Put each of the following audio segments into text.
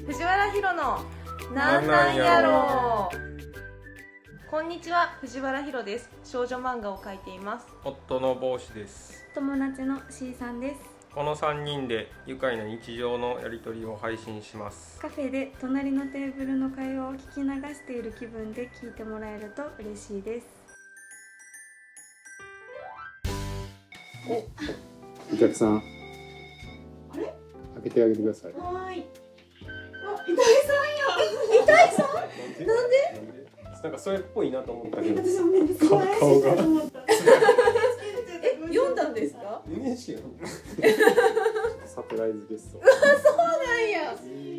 藤原ヒロのなんなんやろう。こんにちは、藤原ヒロです。少女漫画を描いています。 夫の帽子です。 友達の C さんです。 この3人で愉快な日常のやり取りを配信します。 カフェで隣のテーブルの会話を聞き流している気分で聞いてもらえると嬉しいです。 お客さん、 あれ開けてあげてください。 はい。あ、板井さんや。板井さん？なんで？ なんかそれっぽいなと思ったけど。 私もね、すごい怪しいなと思った。読んだんですか？ NHK のサプライズゲスト。 そうなんや。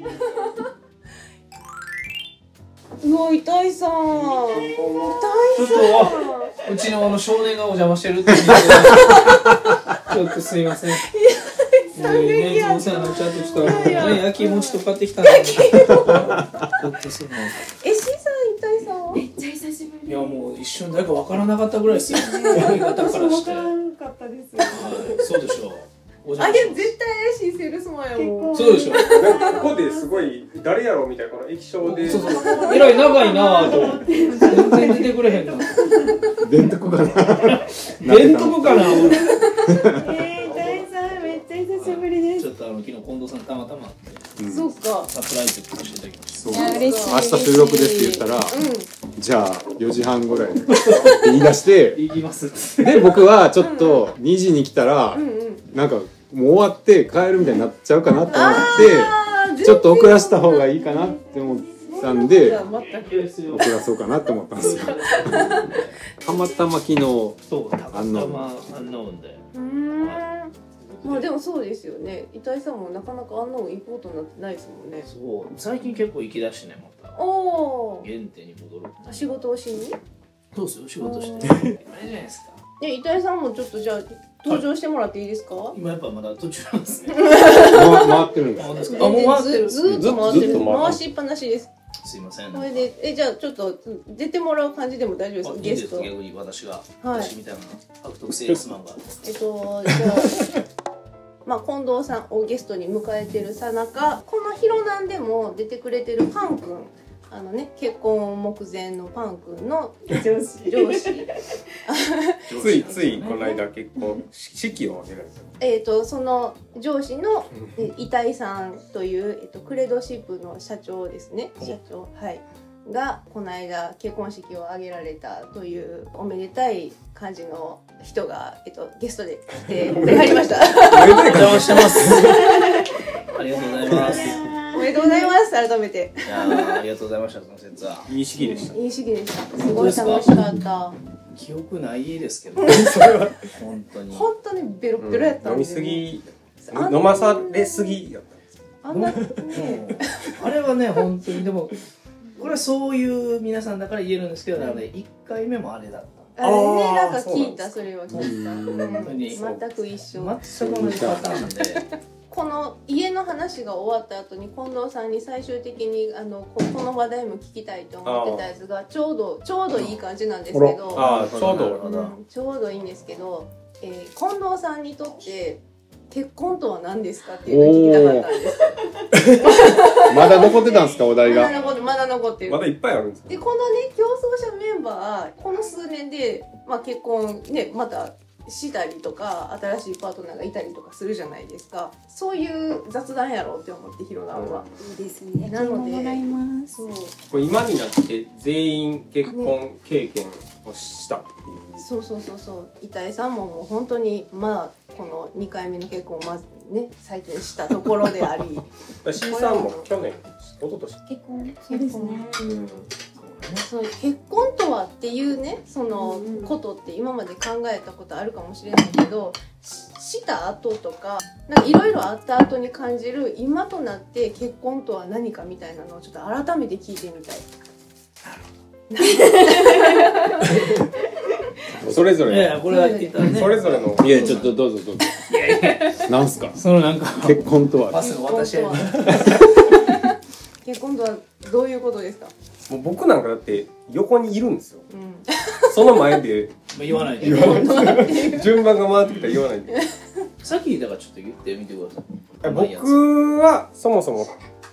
うわ、板井さん。板井さん。 うちの少年がお邪魔してるって聞いてちょっとすいません。お世話になっちゃってきた。焼き餅と買ってきたの。ちょっとその。 C さん、板井さんは？ めっちゃ久しぶり。 いやもう一瞬誰かわからなかったぐらいですよ。やり方からして。 わからんかったですよ。 そうでしょう。 あれ絶対怪しいセールスマンやもん。 そうでしょ。 ここですごい誰やろうみたいなこの液晶で。 そうえらい長いなぁと思って。全然出てくれへんな。 電徳かな。 電徳かな。 板井さんめっちゃ久しぶりです。 ちょっと昨日近藤さんたまたまそうか。 サプライズさせていただきました。 そう。 嬉しい。 明日収録ですって言ったら、じゃあ4時半ぐらいって言い出して、 行きます。 で僕はちょっと2時に来たら、なんかもう終わって帰るみたいになっちゃうかなと思って、ちょっと遅らせた方がいいかなって思ったんで、遅らそうかなって思ったんですよ。たまたま昨日そうたまたまアンノーンで。 まあでもそうですよね。板井さんもなかなかあんなの行こうとなってないですもんね。 そう最近結構行き出してねまた。 おお。 原点に戻る。 仕事をしに？ そうですよ仕事して。あれじゃないですか。 で板井さんもちょっとじゃあ登場してもらっていいですか？ 今やっぱまだ途中なんですね。 回ってるんですか？ あもう回ってる。 ずっと回ってる。回しっぱなしです。 すいません。 これでじゃあちょっと出てもらう感じでも大丈夫ですか？ゲスト。 逆に私がはい。 私みたいな獲得セールスマンが。 じゃあまあ近藤さんをゲストに迎えてるさなか、このヒロナンでも出てくれてるパン君。結婚目前のパン君の上司ついこの間結婚式を挙げられた。 その上司の板井さんという、クレドシップの社長ですね。社長、はい、がこの間結婚式を挙げられたというおめでたい感じの人が、ゲストで来てくれはりました。 お邪魔してます。ありがとうございます。 おめでとうございます。改めて。 いやありがとうございました。その説は。 いい式でした。 いい式でした。すごい楽しかった。 記憶ないですけど、ね、それは本当にベロベロやったんで、 飲みすぎ飲まされすぎやったんですあんなねあれはね本当にでもこれはそういう皆さんだから言えるんですけど、1回目もあれだった。 あれね、なんか聞いた。それは聞いた。 本当に全く一緒。 全く同じパターンで。 この家の話が終わった後に近藤さんに最終的にこの話題も聞きたいと思ってたやつがちょうどいい感じなんですけど、 ちょうどいいんですけど、近藤さんにとって結婚とは何ですかっていうのを聞きたかったんです。 まだ残ってたんですか、お題が。 まだ残ってる。 まだいっぱいあるんですか。 でこのね競争者メンバーこの数年で、結婚ねまたしたりとか新しいパートナーがいたりとかするじゃないですか。そういう雑談やろうって思ってヒロナンは。 いいですね。 なのでもらいます。 そうこれ今になって全員結婚経験をしたっていう。 そう板井さんももう本当にこの2回目の結婚をまずね採点したところであり C さんも去年一昨年結婚そうですね。 そう結婚とはっていうねそのことって今まで考えたことあるかもしれないけど、した後とかいろいろあった後に感じる今となって結婚とは何かみたいなのをちょっと改めて聞いてみたい。 それぞれ。 いやこれは言ったね。 それぞれの。 いやちょっとどうぞ。なんすか。 そのなんか結婚とは。 パスの私や。 結婚とはどういうことですか。 もう僕なんかだって横にいるんですよ。その前で言わないで。 順番が回ってきたら言わないで。 さっきだからちょっと言ってみてください。 僕はそもそも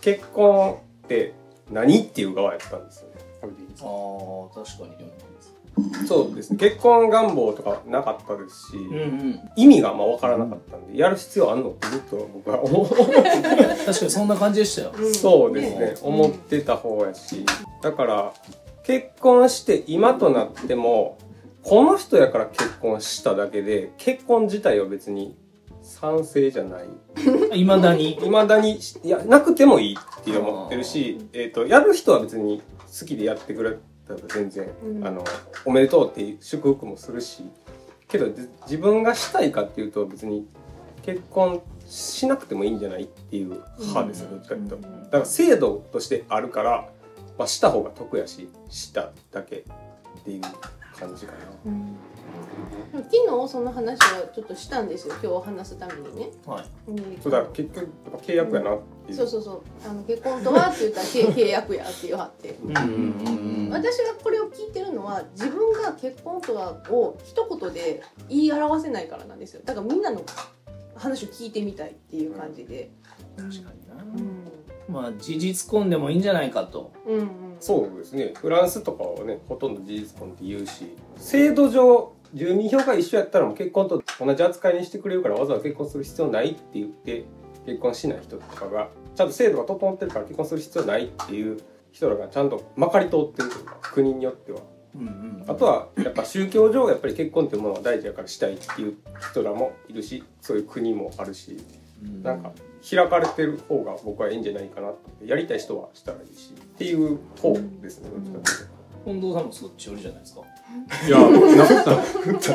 結婚って何っていう側やったんですよね。 ああ、確かに。 そうですね。結婚願望とかなかったですし、 うんうん、 意味があんま分からなかったんで、やる必要あんのってずっと僕は思って確かにそんな感じでしたよ。 そうですね、思ってた方やし、だから結婚して今となってもこの人やから結婚しただけで結婚自体は別に賛成じゃない。 いまだにいやなくてもいいって思ってるし、やる人は別に好きでやってくれたら全然、おめでとうっていう祝福もするし、けど自分がしたいかっていうと別に結婚しなくてもいいんじゃないっていう派ですよ、どっちかっていうと。だから制度としてあるから、まあ、した方が得やし、しただけっていう感じかな。 昨日その話はちょっとしたんですよ、今日話すためにね。 はい。 そうだ、結局契約やなっていう。 そう結婚とはって言ったら契約やって言わはって。私がこれを聞いてるのは自分が結婚とはを一言で言い表せないからなんですよ。だからみんなの話を聞いてみたいっていう感じで。 確かにな。まあ事実婚でもいいんじゃないかと。 そうですね。フランスとかはね、ほとんど事実婚って言うし、制度上住民票が一緒やったらもう結婚と同じ扱いにしてくれるからわざわざ結婚する必要ないって言って結婚しない人とかが、ちゃんと制度が整ってるから結婚する必要ないっていう人らがちゃんとまかり通ってるというか、国によっては。あとはやっぱ宗教上やっぱり結婚っていうものは大事やからしたいっていう人らもいるし、そういう国もあるし、なんか開かれてる方が僕はいいんじゃないかなって、やりたい人はしたらいいしっていう方ですね。 近藤さんもそっち寄りじゃないですか。 いや、なかった。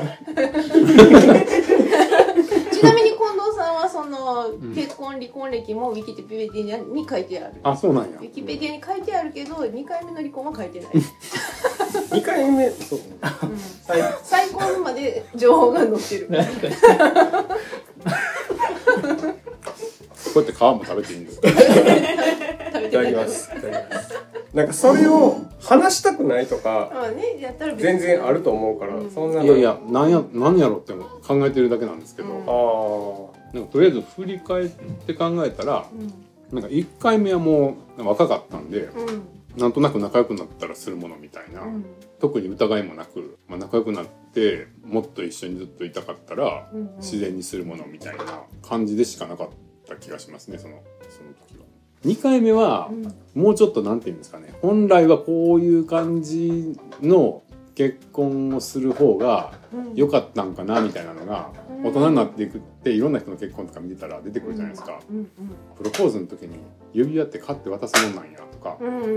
ちなみに近藤さんはその結婚離婚歴もウィキペディアに書いてある。 あ、そうなんや。 ウィキペディアに書いてあるけど2回目の離婚は書いてない。 2回目そう、 再婚まで情報が載ってる。 こうやって皮も食べていいんですか。 いただきます。なんかそれを話したくないとか全然あると思うから、そんな。 いやいや、何やろって考えてるだけなんですけど、なんかとりあえず振り返って考えたら、なんか1回目はもう若かったんで、なんとなく仲良くなったらするものみたいな、特に疑いもなく、仲良くなってもっと一緒にずっといたかったら自然にするものみたいな感じでしかなかった気がしますね、その時は。2回目はもうちょっとなんていうんですかね、本来はこういう感じの結婚をする方が良かったんかなみたいなのが、大人になっていくっていろんな人の結婚とか見てたら出てくるじゃないですか。プロポーズの時に指輪って買って渡すもんなんやとか、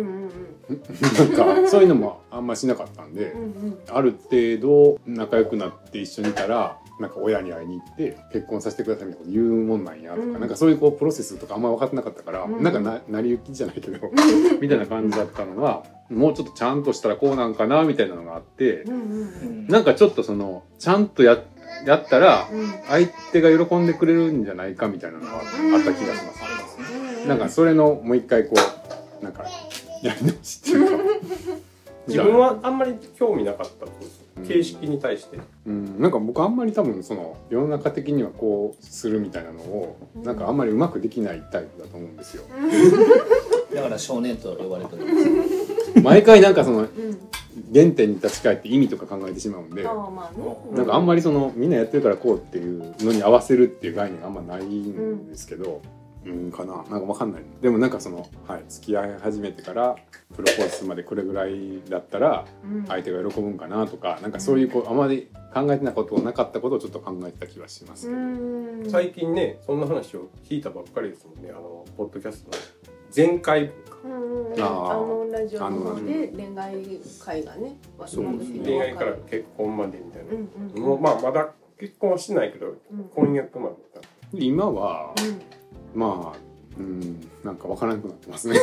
なんかそういうのもあんましなかったんで、ある程度仲良くなって一緒にいたらなんか親に会いに行って結婚させてくださいみたいなこと言うもんなんやとか、なんかそういうプロセスとかあんま分かってなかったから、なんか成り行きじゃないけどみたいな感じだったのが、もうちょっとちゃんとしたらこうなんかなみたいなのがあって、なんかちょっとそのちゃんとやったら相手が喜んでくれるんじゃないかみたいなのがあった気がします。なんかそれのもう一回こうなんかやり直しっていうか自分はあんまり興味なかった形式に対して、 なんか僕あんまり多分その世の中的にはこうするみたいなのをなんかあんまりうまくできないタイプだと思うんですよ。 だから少年と呼ばれてる。 毎回なんかその原点に立ち返って意味とか考えてしまうんで、なんかあんまりそのみんなやってるからこうっていうのに合わせるっていう概念があんまないんですけど、かな、なんかわかんない。でもなんかその、付き合い始めてからプロポーズまでこれぐらいだったら相手が喜ぶんかなとか、なんかそういうあまり考えてなことなかったことをちょっと考えてた気はしますけど、 最近ねそんな話を聞いたばっかりですもんね。ポッドキャストの前回分か、 ラジオの方で恋愛会がね、 恋愛から結婚までみたいな、もうまだ結婚はしてないけど、婚約まで今は、なんか分からなくなってますね。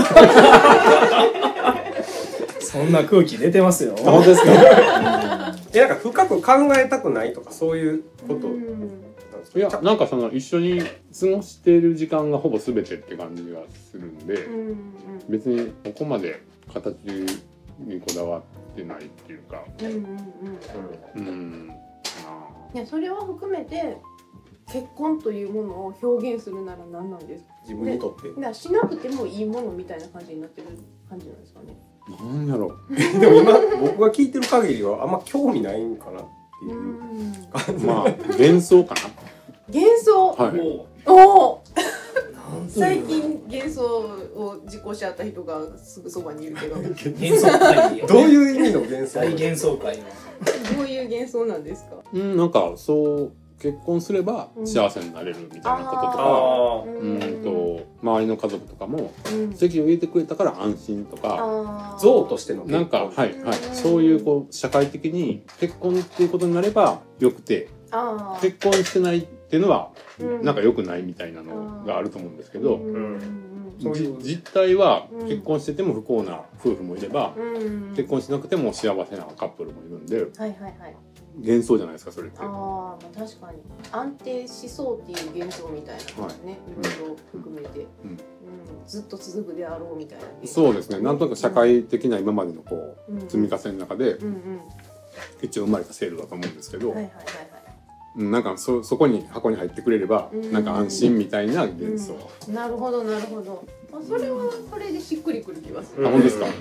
そんな空気出てますよ。 本当ですか？ なんか深く考えたくないとかそういうこと。 いや、なんかその一緒に過ごしている時間がほぼ全てって感じがするんで、別にここまで形にこだわってないっていうか、 いやそれを含めて結婚というものを表現するなら何なんですか？ 自分にとって。 だからしなくてもいいものみたいな感じになってる感じなんですかね。 なんやろでも今僕が聞いてる限りはあんま興味ないんかなっていうまあ幻想かな。 幻想。 はいおお。最近幻想を実行し合った人がすぐそばにいるけど。 幻想会どういう意味の幻想？ 大幻想会の。 どういう幻想なんですか？ なんかそう結婚すれば幸せになれるみたいなこととか、周りの家族とかも籍を入れてくれたから安心とか、 像としてのなんかそういうこう社会的に結婚っていうことになればよくて、結婚してないっていうのはなんか良くないみたいなのがあると思うんですけど、実態は結婚してても不幸な夫婦もいれば、結婚しなくても幸せなカップルもいるんで、幻想じゃないですかそれって。 確かに安定しそうっていう幻想みたいなね、いろいろ含めて、ずっと続くであろうみたいな。 そうですね。なんとなく社会的な今までのこう積み重ねの中で一応生まれた制度だと思うんですけど、なんかそこに箱に入ってくれればなんか安心みたいな幻想。 なるほどなるほど。それはそれでしっくりくる気がする。 本当ですか？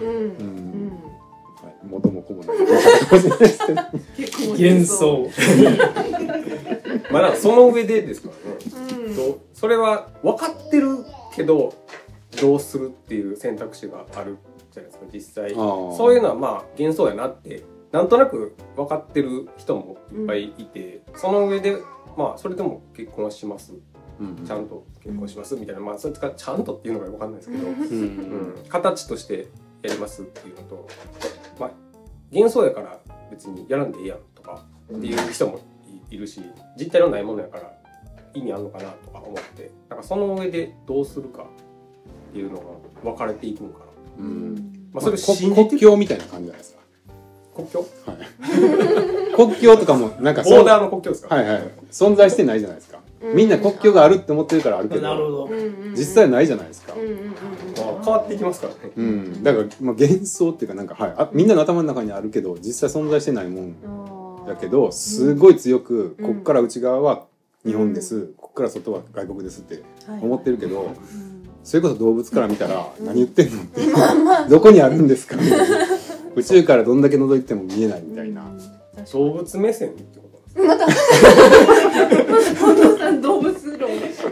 元も子もないかもしれないですけど。 幻想。 まあその上でですからね。それは分かってるけどどうするっていう選択肢があるじゃないですか実際。そういうのはまあ幻想やなってなんとなく分かってる人もいっぱいいて、その上でまあそれでも結婚はします。ちゃんと結婚しますみたいな、まあそれかちゃんとっていうのが分かんないですけど、形としてやりますっていうのと、まあ幻想やから別にやらんでいいやんとかっていう人もいるし、実体のないものやから意味あるのかなとか思って、なんかその上でどうするかっていうのが分かれていくのかな。まあそれ国境みたいな感じじゃないですか。 国境？ 国境とかもなんかボーダーの国境ですか？ 存在してないじゃないですか。みんな国境があるって思ってるからあるけど、実際ないじゃないですか。 変わっていきますからね。 だからまあ幻想っていうかなんかみんなの頭の中にあるけど実際存在してないもんだけど、すごい強くこっから内側は日本です、こっから外は外国ですって思ってるけど、それこそ動物から見たら何言ってんのってどこにあるんですかみたいな、宇宙からどんだけ覗いても見えないみたいな。 動物目線ってことまた近藤さん動物論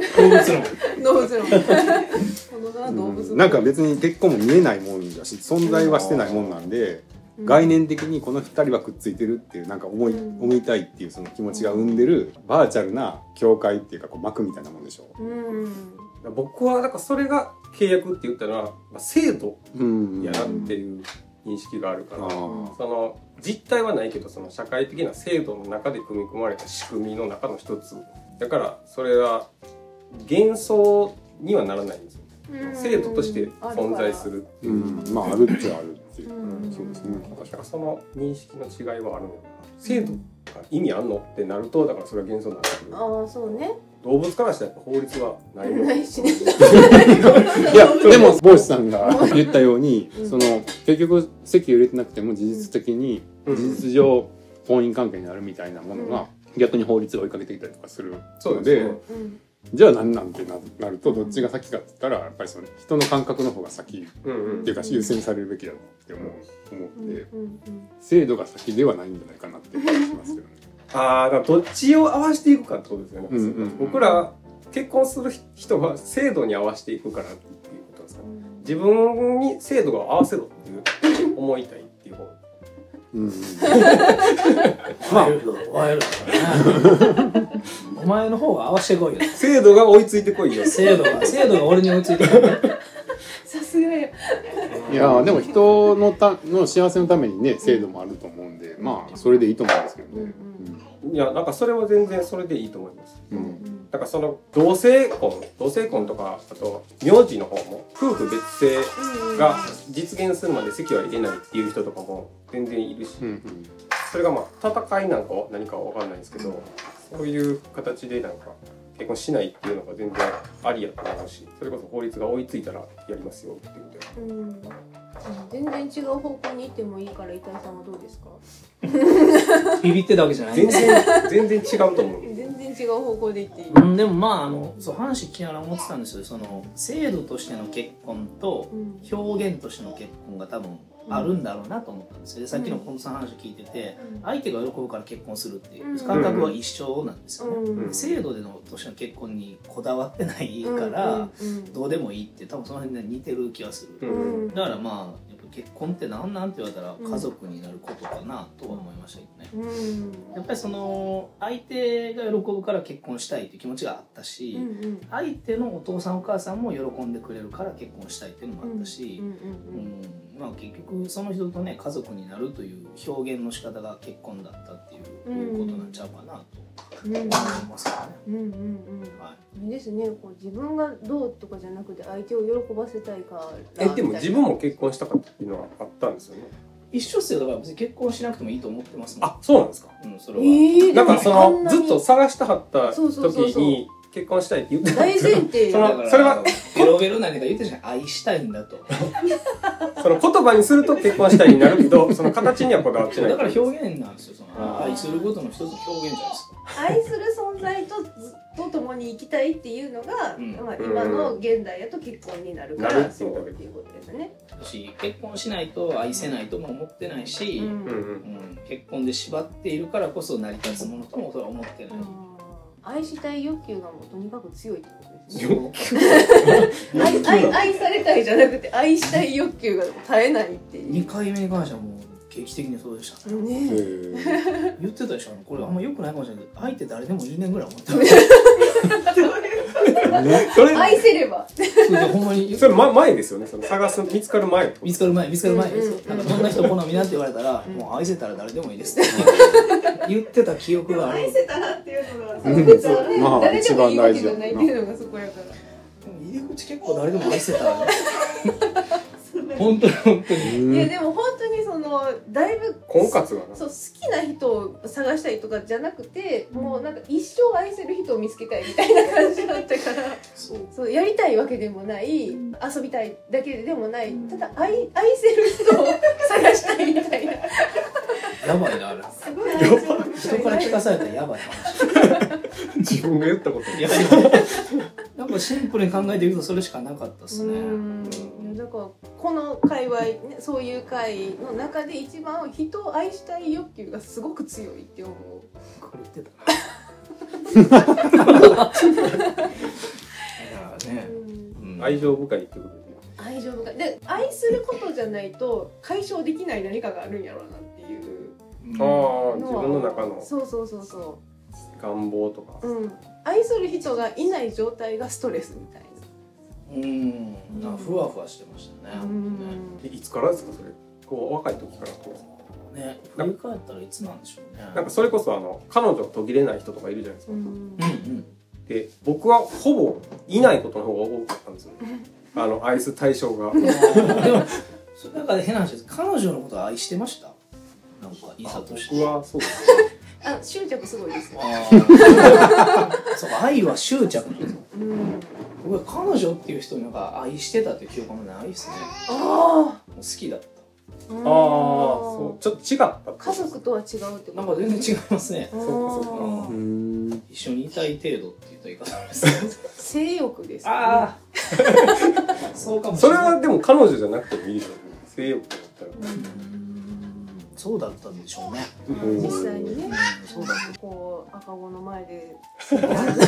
なんか別に結婚も見えないもんだし存在はしてないもんなんで、概念的にこの2人はくっついてるっていうなんか思いたいっていうその気持ちが生んでるバーチャルな境界っていうかこう膜みたいなもんでしょ。 僕はなんかそれが契約って言ったのは制度やなっていう認識があるから、その実態はないけどその社会的な制度の中で組み込まれた仕組みの中の一つだから、それは幻想にはならないんですよ。制度として存在するっていう、 まああるっちゃあるっていう、そうですね。 だからその認識の違いはあるのかな。制度が意味あんのってなると、だからそれは幻想になってくる。 そうね。 動物からしたら法律はないしね。 いやでも帽子さんが言ったように、その結局籍を入れてなくても事実的に事実上婚姻関係になるみたいなものが逆に法律を追いかけてきたりとかするので、じゃあ何なんてなるとどっちが先かって言ったらやっぱりその人の感覚の方が先っていうか優先されるべきだって思って制度が先ではないんじゃないかなって気がしますけどね。 だからどっちを合わせていくかってことですよね。僕ら結婚する人は制度に合わせていくからっていうことですかね。自分に制度が合わせろっていう思いたいっていう方。 まあお前の方が合わせてこいよ。 制度が追いついてこいよ。 制度が俺に追いついてこい。 さすがよ。 いやでも人の幸せのためにね制度もあると思うんで、まあそれでいいと思うんですけどね。 いやなんかそれは全然それでいいと思います。だからその同性婚とかあと名字の方も夫婦別姓が実現するまで籍は入れないっていう人とかも全然いるし、それがまあ戦いなんか何かは分かんないんですけど、そういう形でなんか結婚しないっていうのが全然ありやと思うし、それこそ法律が追いついたらやりますよっていうことで。 全然違う方向に行ってもいいから板井さんはどうですか？ ビビってたわけじゃない。 全然違うと思う。 全然違違う方向でいっていい、 でもまあそう話聞きながら思ってたんですよ。その制度としての結婚と表現としての結婚が多分あるんだろうなと思ったんですよ。でさっきの近藤さんの話聞いてて、相手が喜ぶから結婚するっていう感覚は一緒なんですよね。制度でのとしての結婚にこだわってないからどうでもいいって多分その辺で似てる気がする。だからまあ結婚って何なんて言われたら家族になることかなとは思いましたけどね。やっぱりその相手が喜ぶから結婚したいっていう気持ちがあったし、相手のお父さんお母さんも喜んでくれるから結婚したいっていうのもあったし、まあ結局その人とね家族になるという表現の仕方が結婚だったっていうことなんちゃうかなと思いますからね。 いいですね。こう自分がどうとかじゃなくて相手を喜ばせたいから。 でも自分も結婚したかったっていうのはあったんですよね。 一緒っすよ。だから別に結婚しなくてもいいと思ってますもん。 あ、そうなんですか。 それは。 なんかそのずっと探してはった時に結婚したいって言ってたんですよ。 大前提。 それはベロベロ何か言ってるじゃん。愛したいんだと。 その言葉にすると結婚したいになるけど、その形にはこだわってない。 だから表現なんですよ。その愛することの一つの表現じゃないですか。 愛する存在とずっと共に生きたいっていうのが、まあ、今の現代やと結婚になるからっていうことですね。 結婚しないと愛せないとも思ってないし、結婚で縛っているからこそ成り立つものともそれは思ってない。 愛したい欲求がもうとにかく強いってことですね。愛されたいじゃなくて愛したい欲求が絶えないっていう。 2回目に関してはもう劇的にそうでしたね。言ってたでしょ。これあんま良くないかもしれないけど、愛って誰でもいいねんぐらい思ってました。愛せれば。 ほんまに。 それ前ですよね。その探す見つかる前。 見つかる前です。なんかどんな人好みなって言われたら、もう愛せたら誰でもいいですって言ってた記憶がある。 愛せたらっていうのが誰でもいいわけじゃないっていうのがそこやから。 入り口結構誰でも愛せたらね。本当に。 いやでも本当にそのだいぶ婚活がそう好きな人を探したいとかじゃなくて、もうなんか一生愛せる人を見つけたいみたいな感じだったから、そうやりたいわけでもない、遊びたいだけでもない、ただ愛せる人を探したいみたいな。 やばいなあれ。 すごい人から聞かされたらやばい話。 自分が言ったこと。 なんかシンプルに考えていくとそれしかなかったですね。 だからこの界隈、ね、そういう会の中で一番人を愛したい欲求がすごく強いって思う。 これ言ってたな。だからね、 愛情深いってことですね。 愛情深いで、愛することじゃないと解消できない何かがあるんやろうなっていう。 ああ、自分の中のそう願望とか、 愛する人がいない状態がストレスみたいな。 ふわふわしてましたね。 いつからですかそれ？こう若い時からね、振り返ったらいつなんでしょうね。 なんかそれこそ彼女が途切れない人とかいるじゃないですか。で、僕はほぼいないことの方が多かったんですよ。愛す対象が。でもそれなんか変な話です。彼女のことは愛してました？なんかいざとして。 僕はそうです。 執着すごいですよ。 そう、愛は執着なんですよ。僕は彼女っていう人に愛してたっていう記憶もないですね。好きだった。 そう、ちょっと違った。 家族とは違うってこと。 なんか全然違いますね。 そう一緒にいたい程度って言った言い方です。 性欲です。 そうかもしそれない。 れはでも彼女じゃなくてもいいでしょうね。性欲だったら。 そうだったんでしょうね。 実際にね。 そうだった。 こう赤子の前で。 話を本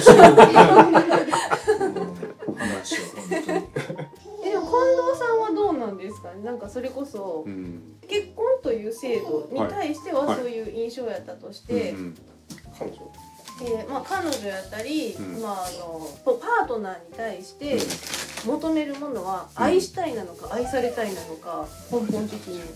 当に。 でも近藤さんはどうなんですかね。なんかそれこそ結婚という制度に対してはそういう印象やったとして、 彼女。 彼女やったり、パートナーに対して求めるものは愛したいなのか愛されたいなのか根本的に。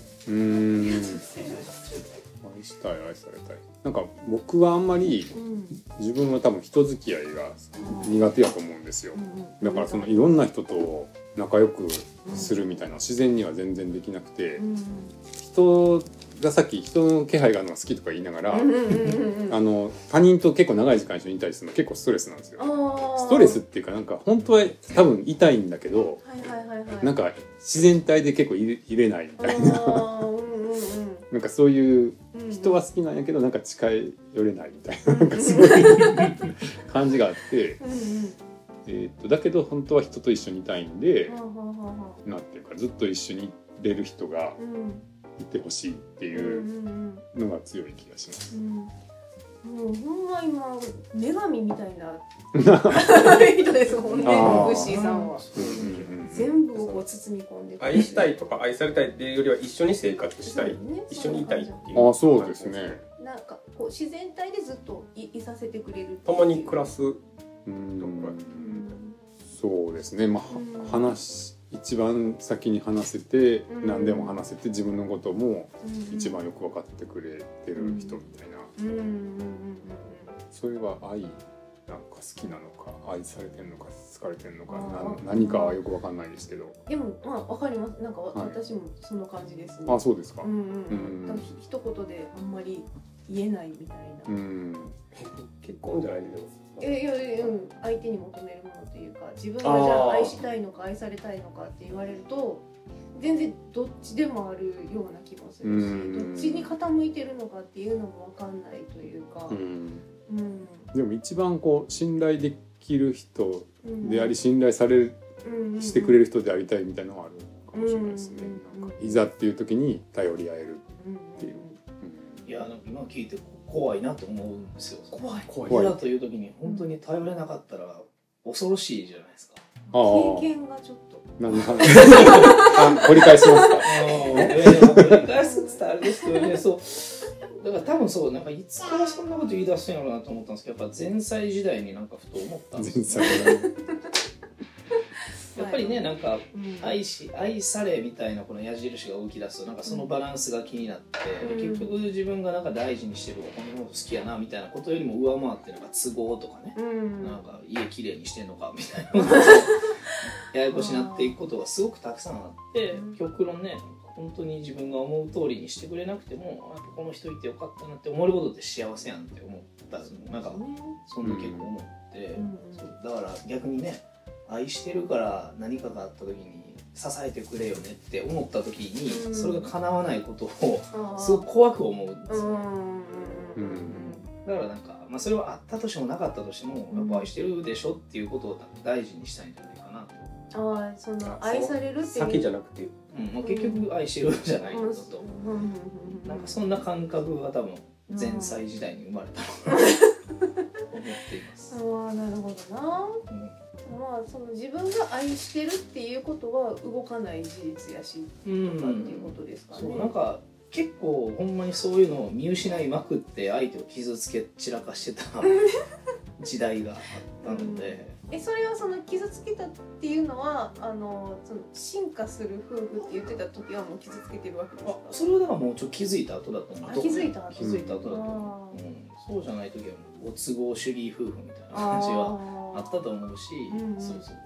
愛したい愛されたい。なんか僕はあんまり自分は多分人付き合いが苦手やと思うんですよ。だからそのいろんな人と仲良くするみたいな自然には全然できなくて、人がさっき人の気配があるのが好きとか言いながら他人と結構長い時間一緒にいたりするの結構ストレスなんですよ。ストレスっていうかなんか本当は多分痛いんだけどなんか自然体で結構入れないみたいななんかそういう人は好きなんやけどなんか近寄れないみたいな、なんかそういう感じがあって、だけど本当は人と一緒にいたいんで、なんていうかずっと一緒にいれる人がいてほしいっていうのが強い気がします。 もうほんま今女神みたいな人ですもんね、グッシーさんは。全部をこう包み込んで愛したいとか愛されたいっていうよりは一緒に生活したい、一緒にいたいっていう。 あ、そうですね。 なんかこう自然体でずっと いさせてくれる、 共に暮らす。 そうですね。まあ一番先に話せて、何でも話せて、自分のことも一番よく分かってくれてる人みたいな。それは愛なんか好きなのか、愛されてるのか好かれてるのか、何かはよく分かんないですけど。 でもまあ分かります。なんか私もその感じですね。 あ、そうですか。 一言であんまり言えないみたいな。 結婚じゃないけど。 相手に求めるものというか、自分がじゃあ愛したいのか愛されたいのかって言われると全然どっちでもあるような気もするし、どっちに傾いてるのかっていうのも分かんないというか。 でも一番こう信頼できる人であり、信頼されしてくれる人でありたいみたいなのはあるかもしれないですね。なんかいざっていう時に頼り合えるっていう。 いや、なんか今聞いて怖いなと思うんですよ。 怖いざという時に本当に頼れなかったら恐ろしいじゃないですか。 経験がちょっと何の話掘り返しますか。 掘り返すって言ったらあれですけどね。そうだから多分そう、なんかいつからそんなこと言い出したんやろうなと思ったんですけど、やっぱ前妻時代になんかふと思ったんですよ。やっぱりね、なんか愛されみたいなこの矢印が動き出すと、なんかそのバランスが気になって、結局自分がなんか大事にしてるこのこと好きやなみたいなことよりも上回って、なんか都合とかね、なんか家きれいにしてんのかみたいなことややこしになっていくことがすごくたくさんあって、極論ね、本当に自分が思う通りにしてくれなくても、やっぱこの人いてよかったなって思えることって幸せやんって思ったの、なんかそんな結構思って、だから逆にね、愛してるから何かがあった時に支えてくれよねって思った時に、それが叶わないことをすごく怖く思うんですよ。だからなんか、まあ、それはあったとしてもなかったとしても、やっぱ愛してるでしょっていうことを大事にしたいんじゃないかなと。 その愛されるっていう先じゃなくて、 もう結局愛してるじゃないのと、なんかそんな感覚が多分前妻時代に生まれたのかなと思っています。 なるほどな。まあその自分が愛してるっていうことは動かない事実やし、とかっていうことですかね。 そう、なんか結構ほんまにそういうのを見失いまくって相手を傷つけ散らかしてた時代があったので。 それはその傷つけたっていうのはその進化する夫婦って言ってた時はもう傷つけてるわけですか？ それはだからもうちょっと気づいた後だと思う。 気づいた後だと思う。そうじゃない時はもうご都合主義夫婦みたいな感じはあったと思うし、そうそう。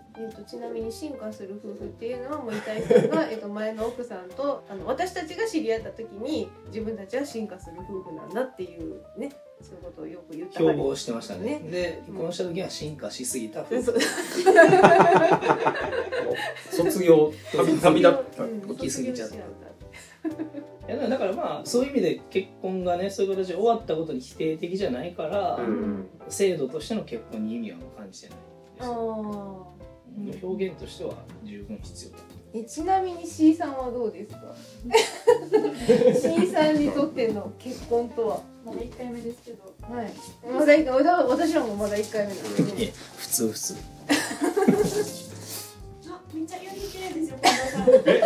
ちなみに進化する夫婦っていうのはもう板井さんが前の奥さんと私たちが知り合った時に自分たちは進化する夫婦なんだっていうね、そういうことをよく言った標榜してましたね。で結婚した時は進化しすぎた夫婦、 卒業旅立った、 行き過ぎちゃった。いやだからまあそういう意味で結婚がね、そういう形で終わったことに否定的じゃないから、制度としての結婚に意味は感じてないですよ。表現としては十分必要だ。 ちなみに C さんはどうですか？C さんにとっての結婚とは？ まだ1回目ですけど、 はい、まだ1回、私らもまだ1回目なんで、ね、 普通めっちゃ夕日綺麗ですよ、近藤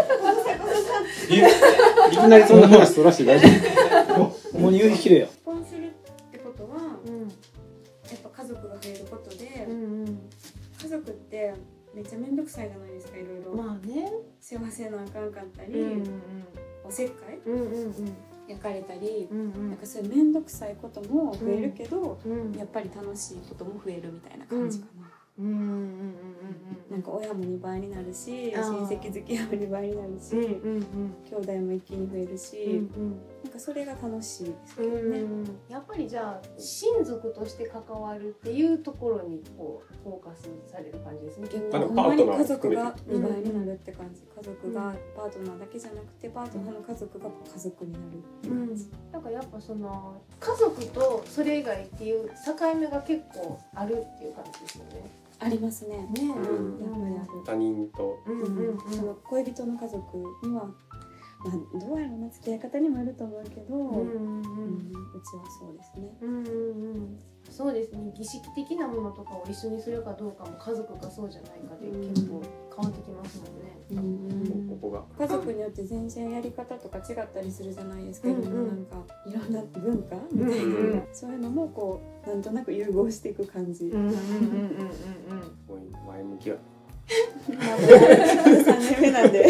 さん。 いきなりそんな話そらして大丈夫？ もう夕日綺麗や。 結婚するってことは、やっぱ家族が増えることで、家族ってめっちゃ面倒くさいじゃないですか、いろいろ。 まあね、 幸せなあかんかったり、おせっかい、焼かれたり、なんかそういう面倒くさいことも増えるけど、やっぱり楽しいことも増えるみたいな感じかな。なんなんか親も2倍になるし、親戚付き合いも2倍になるし、兄弟も一気に増えるし、なんかそれが楽しいですけどね。 やっぱりじゃあ親族として関わるっていうところにこうフォーカスされる感じですね。 ほんまに家族が2倍になるって感じ。家族がパートナーだけじゃなくてパートナーの家族が家族になるって感じ。 なんかやっぱその家族とそれ以外っていう境目が結構あるっていう感じですよね。 ありますね。やっぱりある。 他人とその恋人の家族には、まあどうやろうな、付き合い方にもあると思うけど、うちはそうですね。 そうですね。儀式的なものとかを一緒にするかどうかも家族がそうじゃないかで結構変わってきますもんね。 ここが家族によって全然やり方とか違ったりするじゃないですか。なんかいろんな文化みたいな、そういうのもこうなんとなく融合していく感じ。 前向きや。 3年目なんで。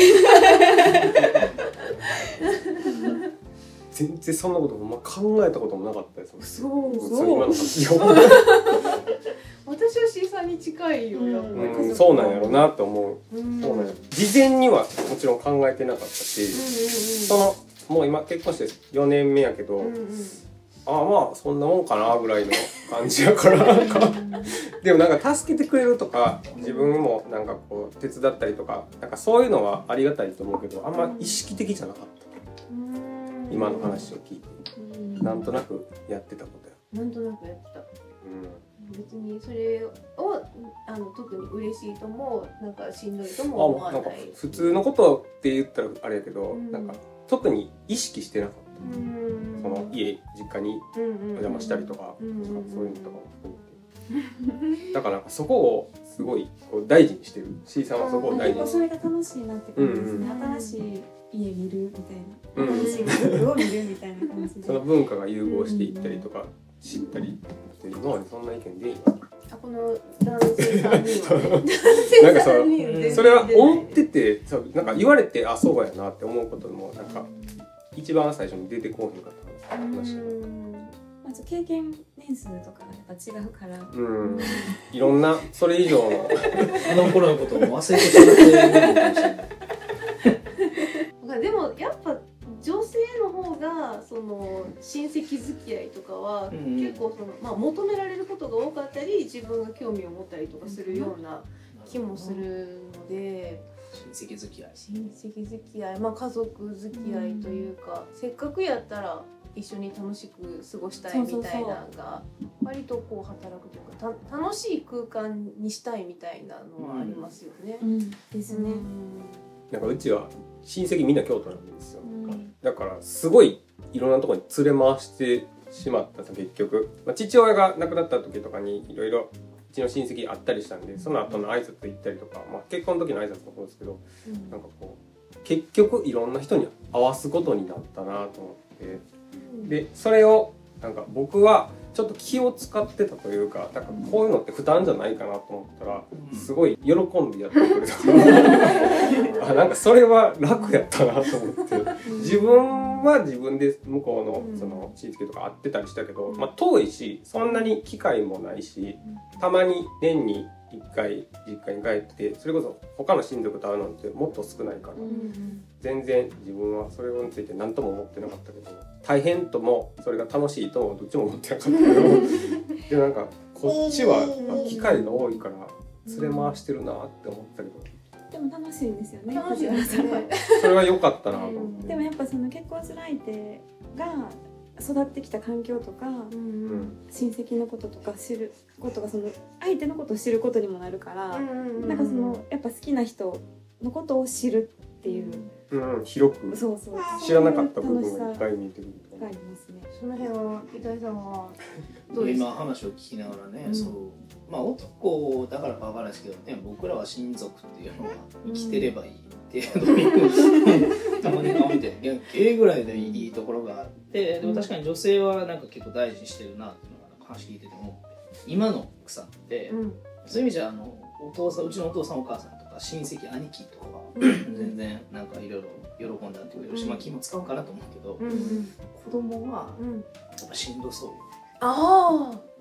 全然そんなこと考えたこともなかったです。 そう今の話を。 私は C さんに近いよ。やっぱりそうなんやろうなと思う。そうなんや。事前にはもちろん考えてなかったし、もう今結婚して4年目やけど、まあそんなもんかなぐらいの感じやからでもなんか助けてくれるとか自分もなんかこう手伝ったりとかなんかそういうのはありがたいと思うけど、あんま意識的じゃなかった。今の話を聞いてなんとなくやってたことや。 なんとなくやってた。別にそれを特に嬉しいともなんかしんどいとも思わない。 なんか普通のことって言ったらあれやけど、なんか特に意識してなかった。その実家にお邪魔したりとか、そういうのとかも含めてだからなんかそこをすごいこう大事にしてる。 C さんはそこを大事にしてる。 それが楽しいなって感じですね。新しい家見るみたいな、新しい家族を見るみたいな感じで、 その文化が融合していったりとか知ったりっていうのはそんな意見でいいな。 この男性3人はねそれは思っててなんか言われてそうやなって思うこともなんか一番最初に出てこへんかった話。 まず経験年数とかがやっぱ違うから、 いろんなそれ以上のあの頃のことを忘れてしまっているかもしれない。 でもやっぱ女性の方がその親戚付き合いとかは結構その、求められることが多かったり自分が興味を持ったりとかするような気もするので、 親戚付き合い家族付き合いというか、せっかくやったら一緒に楽しく過ごしたいみたいなのが割とこう働くというか楽しい空間にしたいみたいなのはありますよね。 ですね。 なんかうちは親戚みんな京都なんですよ。だからすごいいろんなところに連れ回してしまった結局、父親が亡くなった時とかにいろいろうちの親戚あったりしたんで、その後の挨拶行ったりとか、結婚の時の挨拶もそうですけど、なんかこう結局いろんな人に会わすことになったなと思って、でそれをなんか僕はちょっと気を使ってたというか、なんかこういうのって負担じゃないかなと思ったらすごい喜んでやってくれたからなんかそれは楽やったなと思って自分は自分で向こうのその親戚とか会ってたりしたけど、遠いしそんなに機会もないし、たまに年に1回実家に帰ってそれこそ他の親族と会うなんてもっと少ないから、全然自分はそれについて何とも思ってなかったけど、大変ともそれが楽しいともどっちも思ってなかったけどでもなんかこっちは機会が多いから連れ回してるなって思ったけど、 でも楽しいんですよね。 楽しいですね。 それは良かったなと思って。 でもやっぱその結婚する相手が育ってきた環境とか、親戚のこととか知ることがその相手のことを知ることにもなるから、なんかそのやっぱ好きな人のことを知るっていう、 広く知らなかった部分がいっぱい見えてくるがありますね。 その辺は板井さんはどうですか？今話を聞きながらね、男だからかわからないですけどね、僕らは親族っていうのは生きてればいいっていうたまに顔見てぐらいでいいところがあって、でも確かに女性はなんか結構大事にしてるなっていうのが話聞いてて思って、今の奥さんって、そういう意味じゃお父さん、うちのお父さんお母さんとか親戚兄貴とかは全然なんかいろいろ喜んでやってくれるし、気も使うかなと思うけど、子供はやっぱしんどそうよ。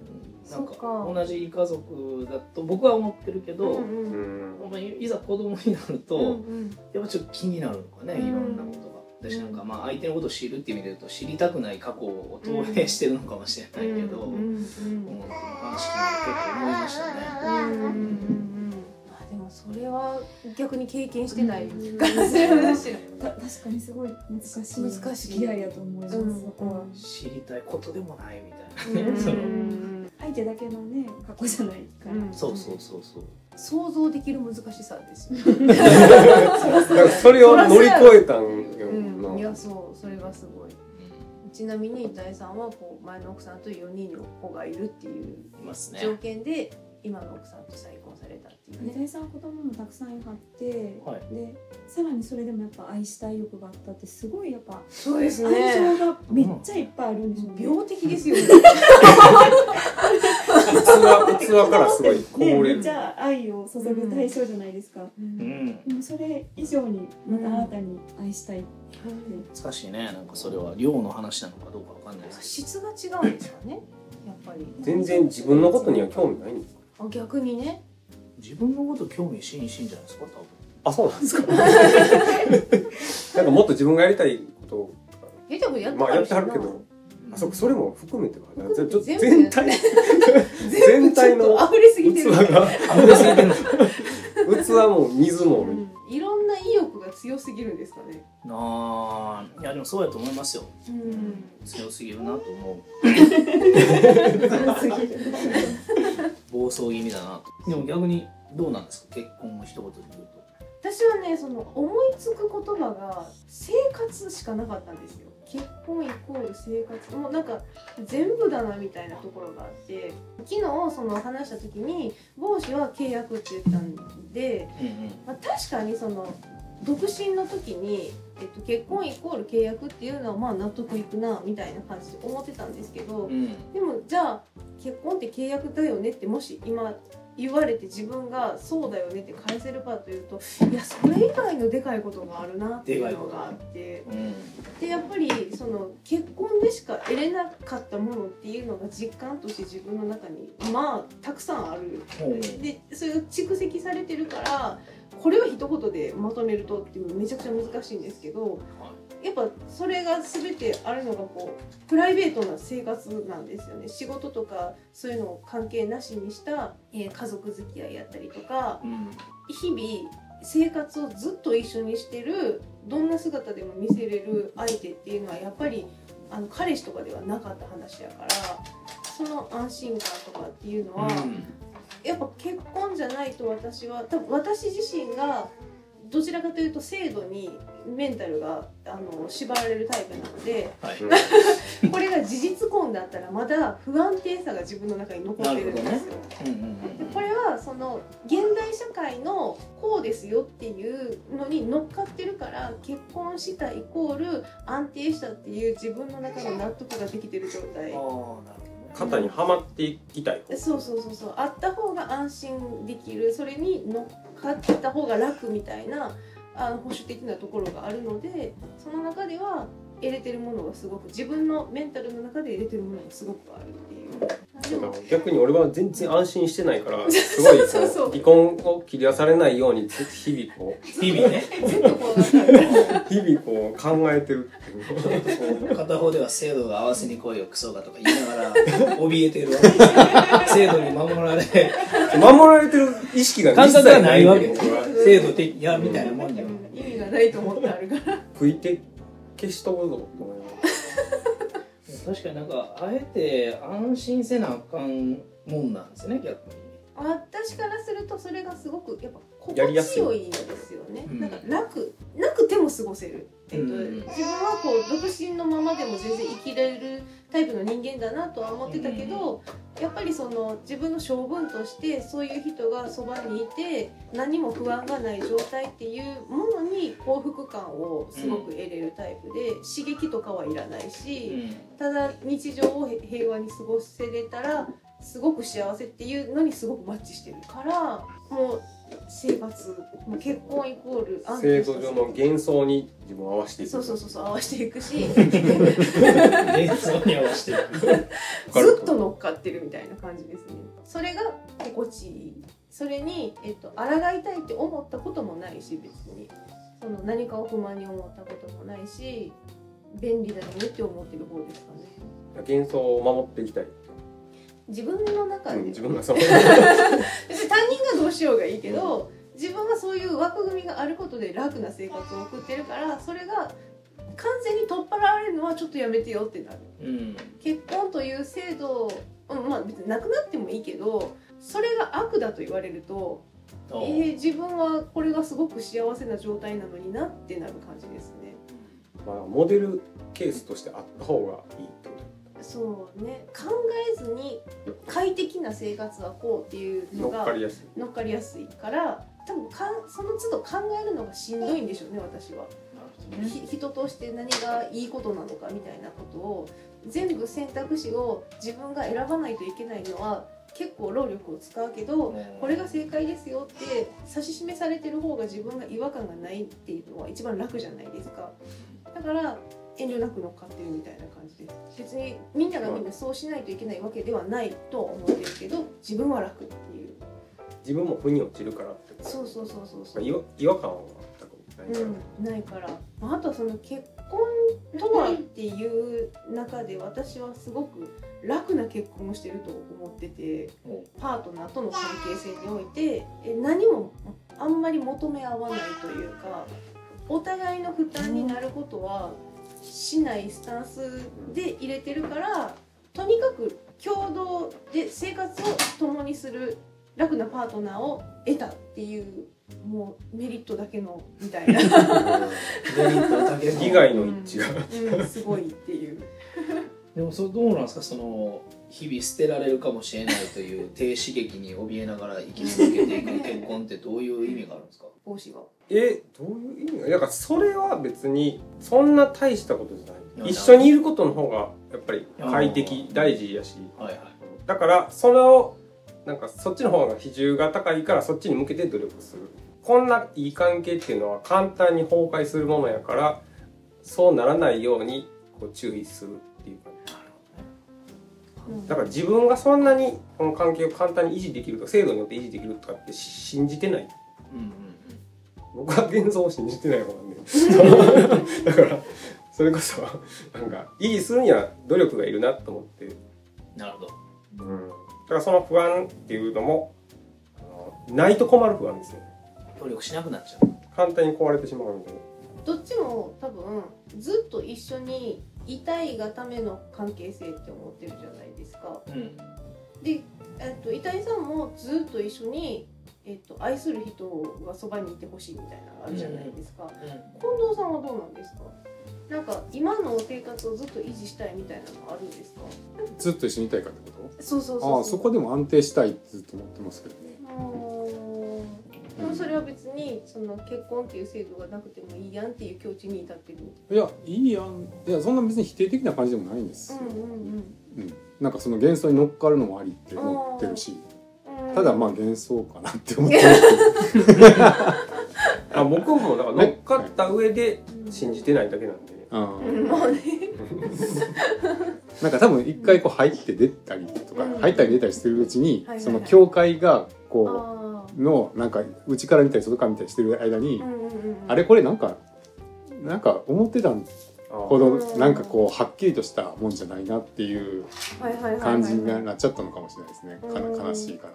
なんか同じ家族だと僕は思ってるけど、いざ子供になると、やっぱちょっと気になるのかね、いろんなことが。私なんかまあ相手のことを知るっていう意味で言うと、知りたくない過去を投影してるのかもしれないけど、話聞いて結構思いましたね。 でもそれは逆に経験してない感じがする。 確かにすごい難しい付き合いやと思います。そこは知りたいことでもないみたいなね。 相手だけのね過去じゃないから。 そう。 想像できる難しさですよ。 それを乗り越えたんよ。 いやそれがすごい。ちなみに大さんはこう前の奥さんと4人の子がいるっていう条件で今の奥さんと再婚されたっていうね。 大さんは子供もたくさんいはって、でさらにそれでもやっぱ愛したい欲があったってすごいやっぱそうですね。 愛情がめっちゃいっぱいあるんですよね。 病的ですよね。 器からすごいこぼれる。 めっちゃ愛を注ぐ対象じゃないですか。でもそれ以上にまた新たに愛したい。 難しいね。なんかそれは量の話なのかどうかわかんないですけど。 質が違うんですかね。やっぱり。 全然自分のことには興味ないんですか。 逆にね。 自分のこと興味津々じゃないですか、多分。 あ、そうなんですか。なんかもっと自分がやりたいことをまあやってはるけど、それも含めては全体の溢れすぎてる。 器も水もいろんな意欲が強すぎるんですかね。 いやでもそうやと思いますよ。強すぎるなと思う。暴走気味だなと。でも逆にどうなんですか、結婚を一言で言うと。 私はね、その思いつく言葉が生活しかなかったんですよ。結婚イコール生活、もうなんか全部だなみたいなところがあって、昨日その話した時に帽子は契約って言ったんで、確かにその独身の時に、結婚イコール契約っていうのはまあ納得いくなみたいな感じで思ってたんですけど、でもじゃあ結婚って契約だよねってもし今言われて自分がそうだよねって返せるかというと、いやそれ以外のでかいことがあるなっていうのがあって、でやっぱりその結婚でしか得れなかったものっていうのが実感として自分の中にまあたくさんある。でそれが蓄積されてるから、これを一言でまとめるとっていうのめちゃくちゃ難しいんですけど、やっぱそれが全てあるのがこうプライベートな生活なんですよね。仕事とかそういうのを関係なしにした、家族付き合いやったりとか、日々生活をずっと一緒にしてる、どんな姿でも見せれる相手っていうのはやっぱり彼氏とかではなかった話やから、その安心感とかっていうのは、やっぱ結婚じゃないと、私は多分私自身がどちらかというと制度にメンタルが縛られるタイプなので、これが事実婚だったらまだ不安定さが自分の中に残ってるんですよ。でこれはその現代社会のこうですよっていうのに乗っかってるから、結婚したイコール安定したっていう自分の中の納得ができてる状態。 肩にはまっていきたい。 そうあった方が安心できる、それに乗っかった方が楽みたいな保守的なところがあるので、その中では得れてるものがすごく、自分のメンタルの中で得れてるものがすごくあるっていう。 逆に俺は全然安心してないから、すごいこう離婚を切り出されないように日々こう日々こう考えてるっていう。 片方では制度が合わせに来いよクソがとか言いながら怯えてるわけですよ。制度に守られてる意識が感覚がないわけですよ。制度的やみたいなもんじゃん。 意味がないと思ってあるから。 拭いて消しとくぞと思います。 確かになんかあえて安心せなあかんもんなんですね、逆に。 私からするとそれがすごくやっぱ心地よいんですよね。なんかなくても過ごせる。自分はこう独身のままでも全然生きれるタイプの人間だなとは思ってたけど、やっぱりその自分の性分としてそういう人がそばにいて何も不安がない状態っていうものに幸福感をすごく得れるタイプで、刺激とかはいらないし、ただ日常を平和に過ごせれたらすごく幸せっていうのにすごくマッチしてるから、もう生活、もう結婚イコール制度上の幻想に自分を合わせていく。 そう合わせていくし幻想に合わせていくずっと乗っかってるみたいな感じですね。それが心地いい。それに、抗いたいって思ったこともないし、別にその何かを不満に思ったこともないし、便利だよねって思ってる方ですかね。 幻想を守っていきたい。 自分の中で、 自分がそう別に他人がどうしようがいいけど、自分はそういう枠組みがあることで楽な生活を送ってるから、それが完全に取っ払われるのはちょっとやめてよってなる、結婚という制度、まあ別になくなってもいいけど、それが悪だと言われると、自分はこれがすごく幸せな状態なのになってなる感じですね。 まあ、モデルケースとしてあった方がいいってこと。 そうね、考えずに快適な生活はこうっていうのが乗っかりやすいから、多分その都度考えるのがしんどいんでしょうね、私は。人として何がいいことなのかみたいなことを全部選択肢を自分が選ばないといけないのは結構労力を使うけど、これが正解ですよって指し示されてる方が自分が違和感がないっていうのは一番楽じゃないですか。だから遠慮なく乗っかってるみたいな感じです。別にみんながみんなそうしないといけないわけではないと思ってるけど、自分は楽っていう。 自分も腑に落ちるからってこと。 そう違和感はないから、あとはその結婚とはっていう中で私はすごく楽な結婚をしてると思ってて、パートナーとの関係性において何もあんまり求め合わないというか、お互いの負担になることはしないスタンスで入れてるから、とにかく共同で生活を共にする楽なパートナーを得たっていう、もうメリットだけのみたいなメリットだけの利害の一致が、すごいっていう。 でもそれどうなんですか、その日々捨てられるかもしれないという低刺激に怯えながら生き続けていく結婚ってどういう意味があるんですか？ 帽子がどういう意味が、だからそれは別にそんな大したことじゃない。一緒にいることの方がやっぱり快適、大事やし、だからそれをなんかそっちの方が比重が高いから、そっちに向けて努力する。こんないい関係っていうのは簡単に崩壊するものやから、そうならないようにこう注意するっていうか、だから自分がそんなにこの関係を簡単に維持できるとか、制度によって維持できるとかって信じてない、僕は現像を信じてない方なんでだからそれこそなんか維持するには努力がいるなと思って。 なるほど。 だからその不安っていうのもないと困る不安ですね。 努力しなくなっちゃう。 簡単に壊れてしまうんで。 どっちも多分ずっと一緒にいたいがための関係性って思ってるじゃないですか。で、板井さんもずっと一緒に、愛する人がそばにいてほしいみたいなのがあるじゃないですか。近藤さんはどうなんですか？なんか今の生活をずっと維持したいみたいなのあるんですか？ ずっと一緒にいたいかってこと？ そう。 そこでも安定したいってずっと思ってますけどね。 でもそれは別にその結婚っていう制度がなくてもいいやんっていう境地に至ってる。 いや、いいやん。いや、そんな別に否定的な感じでもないんですよ。なんかその幻想に乗っかるのもありって思ってるし、ただまあ幻想かなって思ってる僕もだから乗っかった上で信じてないだけなんで。 なんか多分一回こう入って出たりとか、入ったり出たりしてるうちに、その境界がこうのなんか内から見たり外から見たりしてる間に、あれこれなんか思ってたほどなんかこうはっきりとしたもんじゃないなっていう感じになっちゃったのかもしれないですね。悲しいから。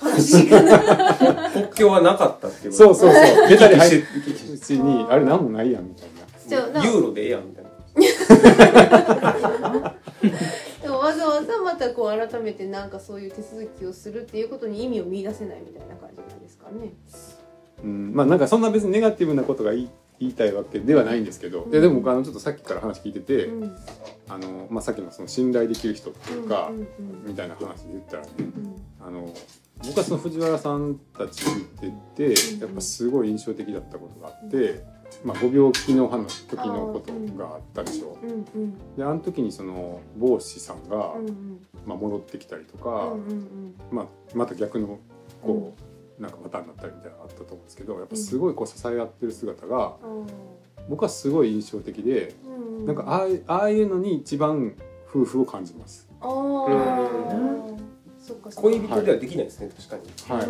悲しいかな。 国境はなかったっていう。 そう。出たり入ってるうちにあれなんもないやんみたいな。 ユーロでええやんみたいな。 でもわざわざまたこう改めてなんかそういう手続きをするっていうことに意味を見出せないみたいな感じなんですかね。 まあなんかそんな別にネガティブなことが言いたいわけではないんですけど、でも僕ちょっとさっきから話聞いてて、さっきのその信頼できる人っていうかみたいな話で言ったらね、僕はその藤原さんたち見ててやっぱすごい印象的だったことがあって、 ご病気の時のことがあったでしょ。であの時にその帽子さんが、戻ってきたりとか、また逆のこうなんかパターンになったりみたいなのがあったと思うんですけど、やっぱすごいこう支え合ってる姿が僕はすごい印象的で、なんかああいうのに一番夫婦を感じます。 恋人ではできないですね、確かに。 はい。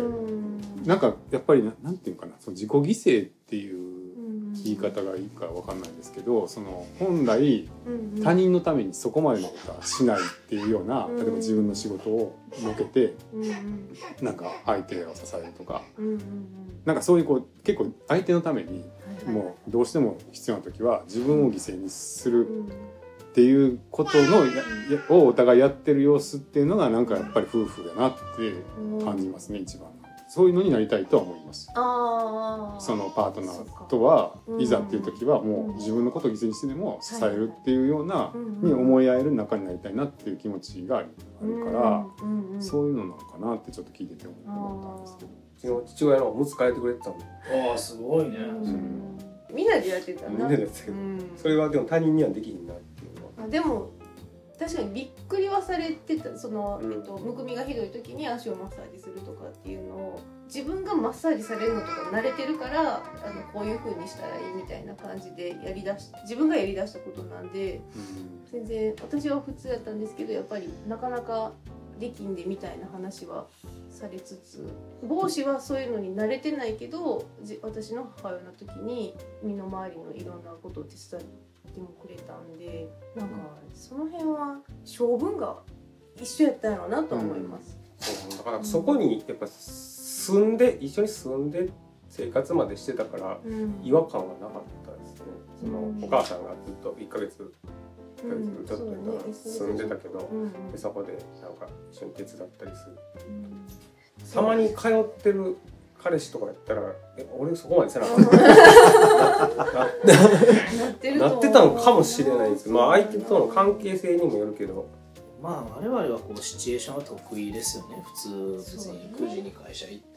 なんかやっぱりなんていうかな、その自己犠牲っていう言い方がいいかわかんないですけど、その本来他人のためにそこまでのことはしないっていうような、例えば自分の仕事をのけてなんか相手を支えるとか、なんかそういうこう結構相手のためにもうどうしても必要な時は自分を犠牲にするっていうことのをお互いやってる様子っていうのがなんかやっぱり夫婦だなって感じますね、一番。そういうのになりたいとは思います。そのパートナーとはいざっていう時はもう自分のことを犠牲にしてでも支えるっていうようなに思い合える仲になりたいなっていう気持ちがあるから、そういうのなのかなってちょっと聞いてて思ったんですけど。 うちの父親のおむつ替えてくれてたもん。 ああすごいね。 みんなでやってたな。 みんなでやってたけど、それはでも他人にはできひんなっていうのは。 でも確かにびっくりはされてた。その、むくみがひどい時に足をマッサージするとかっていうのを自分がマッサージされるのとか慣れてるからこういう風にしたらいいみたいな感じで自分がやりだしたことなんで、全然私は普通だったんですけど、やっぱりなかなかできんでみたいな話はされつつ、帽子はそういうのに慣れてないけど私の母親の時に身の回りのいろんなことを手伝ってもくれたんで、なんかその辺は性分が一緒やったんやろうなと思います。 だからそこにやっぱ一緒に住んで生活までしてたから違和感はなかったですね。そのお母さんがずっと1ヶ月ちょっと住んでたけど、でそこでなんか一緒に手伝ったりする。たまに通ってる彼氏とかやったら俺そこまでせなかったなってたのかもしれないですけど、相手との関係性にもよるけど、 我々はこうシチュエーションは得意ですよね。普通別に9時に会社行って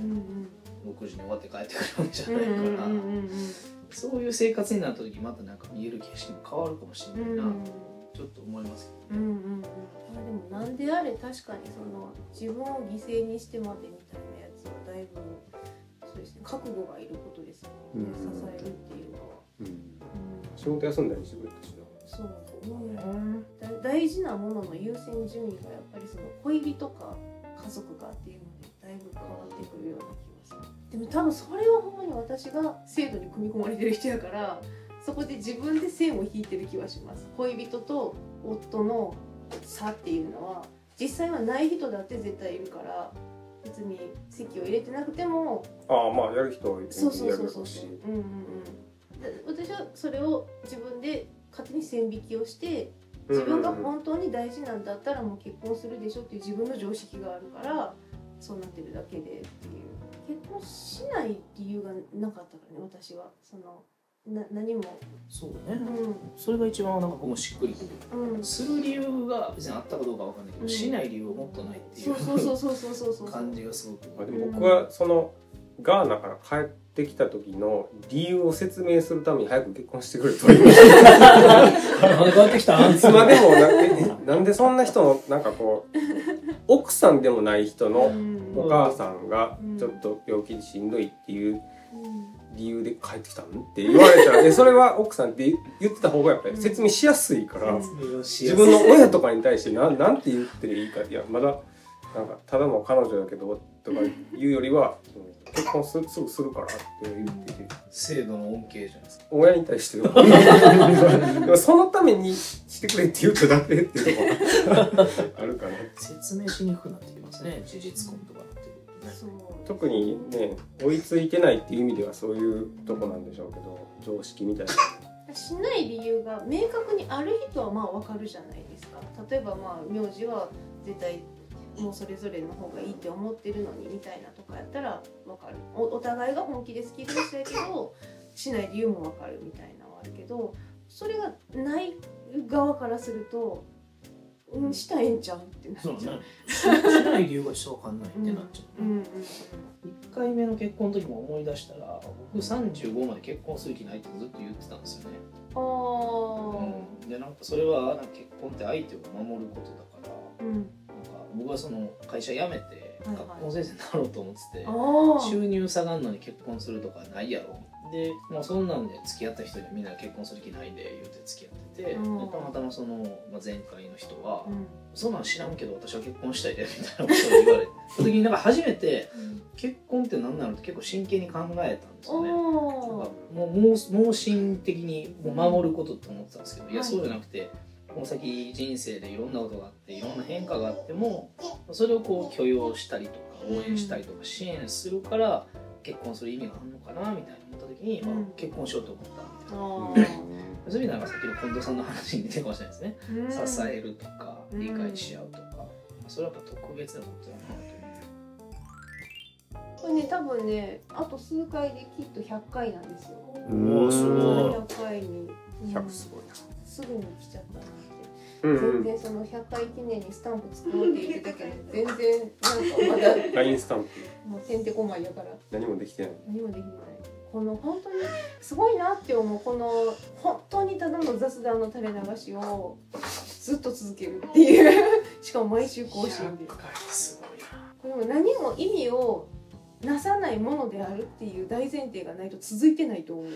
、6時に終わって帰ってくるんじゃないから、そういう生活になった時またなんか見える景色も変わるかもしれないな、ちょっと思いますけどね。 でもなんであれ確かにその自分を犠牲にしてまでみたいなやつはだいぶそうですね、覚悟がいることですよね、支えるっていうのは。 仕事休んだりしてくれたしな。 そう大事なものの優先順位がやっぱりその恋人か家族かっていうのでだいぶ変わってくるような気がする。でも多分それはほんまに私が制度に組み込まれてる人やから、そこで自分で線を引いてる気はします。恋人と夫の差っていうのは実際はない人だって絶対いるから、別に籍を入れてなくてもやる人はやるし、 私はそれを自分で勝手に線引きをして、自分が本当に大事なんだったらもう結婚するでしょっていう自分の常識があるからそうなってるだけでっていう。結婚しない理由がなかったからね、私は。その何もそうね、それが一番なんか僕もしっくりくる、する理由が別にあったかどうかわかんないけど、しない理由はもっとないっていう感じがすごく。 でも僕はそのガーナから帰ってきた時の理由を説明するために早く結婚してくれと言いました。いつまでもなんでそんな人のなんかこう奥さんでもない人のお母さんがちょっと病気でしんどいっていう理由で帰ってきたんって言われたらそれは奥さんって言ってた方がやっぱり説明しやすいから、自分の親とかに対してなんて言っていいか、いやまだなんかただの彼女だけどとか言うよりは結婚すぐするからって言ってて、 制度の恩恵じゃないですか。 親に対してはそのためにしてくれって言っただけっていうのがあるかな。 説明しにくくなってきますね、事実婚とかっていうね。 特にね、追いついてないっていう意味ではそういうとこなんでしょうけど、常識みたいなしない理由が明確にある人は分かるじゃないですか。例えば名字は絶対もうそれぞれの方がいいって思ってるのにみたいなとかやったら分かる。 お互いが本気で好きでしたけどしない理由も分かるみたいなのはあるけど、それがない側からするとしたらええんちゃうってなっちゃう。 そうね。しない理由がちょっと分かんないってなっちゃう。1回目の結婚の時も思い出したら、僕35まで結婚する気ないってずっと言ってたんですよね。でなんかそれはなんか結婚って相手を守ることだから、なんか僕はその会社辞めて学校先生になろうと思ってて、収入下がんのに結婚するとかないやろで、まあ、そんなんで付き合った人にはみんな結婚する気ないで言うて付き合ってて、でたまたまその、前回の人は、そんなん知らんけど私は結婚したいでみたいなことを言われた時になんか初めて結婚って何なのって結構真剣に考えたんですよね。なんかもう盲信的にもう守ることって思ってたんですけど、いやそうじゃなくて、この先人生でいろんなことがあっていろんな変化があってもそれをこう許容したりとか応援したりとか支援するから結婚する意味があるのかなみたいな思った時に、結婚しようと思ったみたいな。そういう意味ではさっきの近藤さんの話に似てるかもしれないですね。支えるとか理解し合うとか、それはやっぱ特別なことだなと。 これね多分ねあと数回できっと100回なんですよ。 おーすごい。 100回に、 100すごいな。 すぐに来ちゃったなって。全然その100回記念にスタンプ作ろうって言ってたけど全然なんかまだ LINE スタンプもうてんてこまいやから何もできてない。 何もできない。この本当にすごいなって思うこの本当にただの雑談の垂れ流しをずっと続けるっていうしかも毎週更新で。 すごいな。 これも何も意味をなさないものであるっていう大前提がないと続いてないと思う。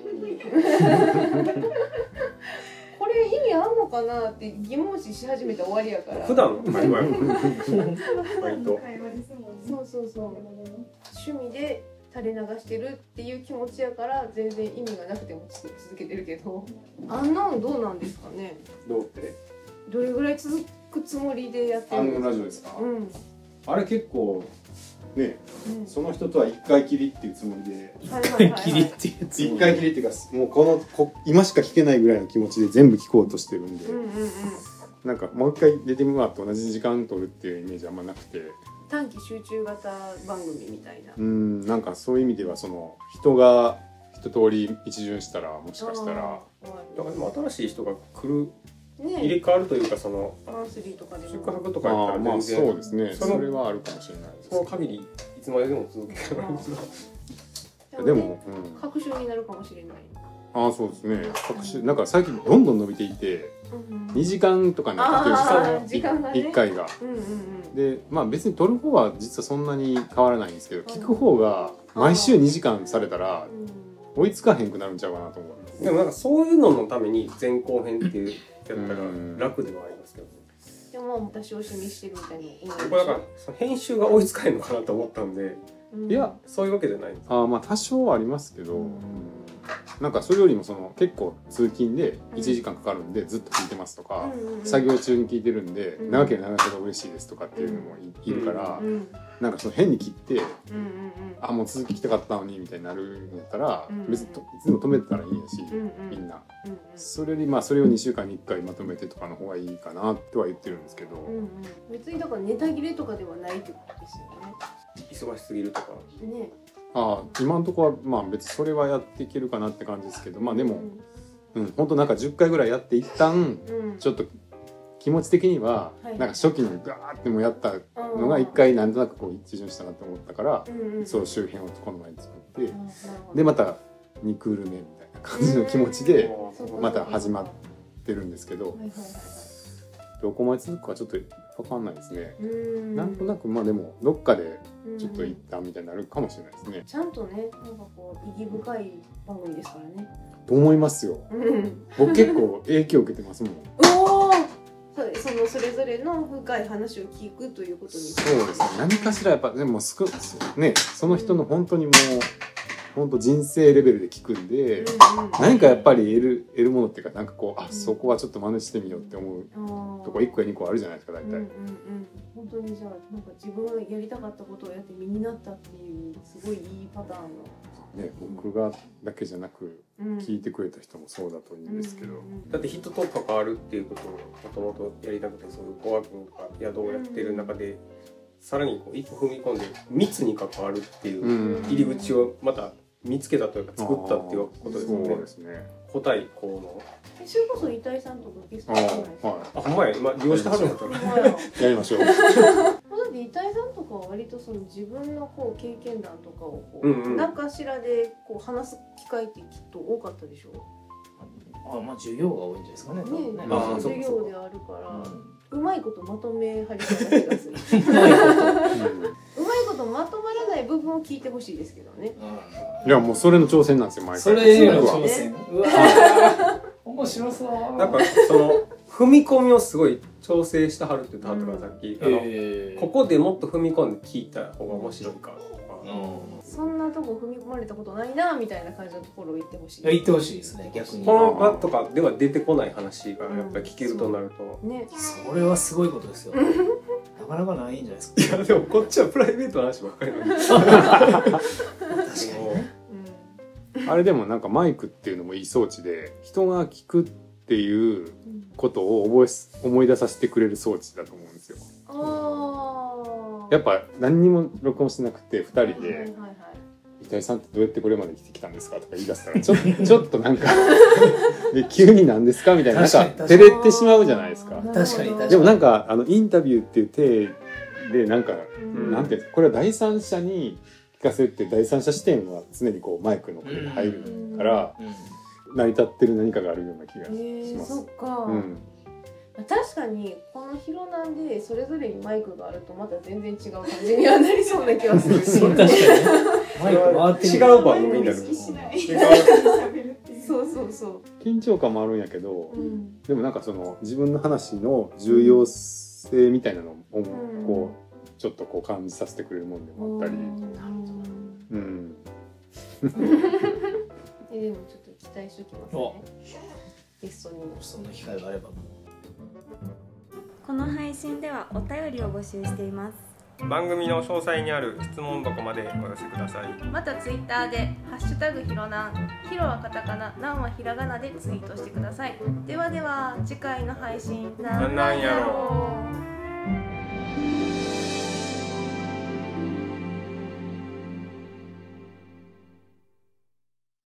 これ意味あんのかなって疑問視し始めたら終わりやから。 普段の会話割とそう趣味で垂れ流してるっていう気持ちやから全然意味がなくても続けてるけど、あんなんどうなんですかね。 どうってどれぐらい続くつもりでやってるんですか。 ラジオですか。 うん、 あれ結構ね、その人とは一回きりっていうつもりで、 一回きりっていうつもり、 一回きりっていうかもう今しか聞けないぐらいの気持ちで全部聞こうとしてるんで、なんかもう一回出てみようと同じ時間取るっていうイメージあんまなくて、 短期集中型番組みたいな。 なんかそういう意味ではその人が一通り一巡したらもしかしたらだからでも新しい人が来る、 ね、 入れ替わるというかそのマンスリーとかでも宿泊とかやったら全然そうですね、それはあるかもしれないです。 その限りいつまででも続けられる。 でも、 隔週になるかもしれない。 そうですね。隔週なんか最近どんどん伸びていて、2時間とかになってるんですよ、1回が。で別に撮る方は実はそんなに変わらないんですけど、聞く方が毎週2時間されたら追いつかへんくなるんちゃうかなと思う。 でもなんかそういうののために前後編っていうやったら楽ではありますけどね。 でも出し惜しみしてるみたいに。 これだからその編集が追いつかへんのかなと思ったんで、 いやそういうわけじゃないんです。 多少はありますけど、なんかそれよりもその結構通勤で1時間かかるんでずっと聞いてますとか、作業中に聞いてるんで長ければ長いほど嬉しいですとかっていうのもいるから、なんかその変に切ってもう続き聞きたかったのにみたいになるんだったら別にいつでも止めてたらいいんやし、みんなそれよりそれを2週間に1回まとめてとかの方がいいかなとは言ってるんですけど、 別にだからネタ切れとかではないってことですよね。 忙しすぎるとかね。 今のところは別にそれはやっていけるかなって感じですけど、でも本当なんか10回ぐらいやって一旦ちょっと気持ち的にはなんか初期にガーってもやったのが1回なんとなくこう一巡したなと思ったから、そう周辺をこの前に作ってでまた2クール目みたいな感じの気持ちでまた始まってるんですけど、どこまで続くかちょっと分かんないですね。なんとなくでもどっかでちょっと一旦みたいになるかもしれないですね。 ちゃんとね、なんかこう意義深い番組ですからね。 と思いますよ。僕結構影響を受けてますもん。 おお、それぞれの深い話を聞くということに。 そうですね。何かしらやっぱでもね、その人の本当にもう本当人生レベルで聞くんで、何かやっぱり得るものっていうか、なんかこうそこはちょっと真似してみようって思うとこ1個や2個あるじゃないですか大体。 本当にじゃあなんか自分がやりたかったことをやって身になったっていうすごいいいパターンの。 ね、僕がだけじゃなく聞いてくれた人もそうだといいんですけど、 だって人と関わるっていうことをもともとやりたくて、そういう語学とか宿をやってる中で、さらにこう一歩踏み込んで密に関わるっていう入り口をまた見つけたというか作ったっていうことですよね。 そうですね。 個体このそれこそ遺体さんとかゲストじゃないですか。 あ、ほんまや、今利用してはるんだったらやりましょう。 だって遺体さんとかは割とその自分のこう経験談とかをこう、何かしらでこう話す機会ってきっと多かったでしょう。 まあ授業が多いんじゃないですかね。 ね、 あ授業であるから、うまいことまとめはりそうな気がする。うまいことまとまらない部分を聞いてほしいですけどね。 いやもうそれの挑戦なんですよ毎回。 それへの挑戦。うわ面白そう。 なんかその踏み込みをすごい調整してはるって言ったはったからさっき、ここでもっと踏み込んで聞いた方が面白いかとか、 そんなとこ踏み込まれたことないなみたいな感じのところを言ってほしい。 言ってほしいですね逆に。 この場とかでは出てこない話がやっぱり聞けるとなると、 ね、 それはすごいことですよ。なかなかないんじゃないですか。 いやでもこっちはプライベートな話ばっかりなんで確かにね。 あれでもなんかマイクっていうのもいい装置で人が聞くっていうことを思い出させてくれる装置だと思うんですよ。やっぱ何にも録音してなくて2人で「遺体さんってどうやってこれまで生きてきたんですか?」とか言い出したらちょっとなんか急に何ですかみたいな、なんか照れてしまうじゃないですか。 確かに確かに。 でもなんかインタビューっていう体でなんか、なんていうんですか、これは第三者に聞かせるって第三者視点は常にこうマイクの声で入るから、成り立ってる何かがあるような気がします。 そっか、確かにこのヒロナンでそれぞれにマイクがあるとまた全然違う感じにはなりそうな気がするし確かにマイク回って違う番組になる。 そうそうそう。 緊張感もあるんやけど、でもなんかその自分の話の重要性みたいなのをこうちょっとこう感じさせてくれるもんでもあったり。 でもちょっと期待しときますね。ゲストにもそんな機会があれば。 この配信ではお便りを募集しています。 番組の詳細にある質問箱までお寄せください。 またツイッターでハッシュタグひろなん、ひろはカタカナ、なんはひらがなでツイートしてください。ではでは次回の配信なんやろう。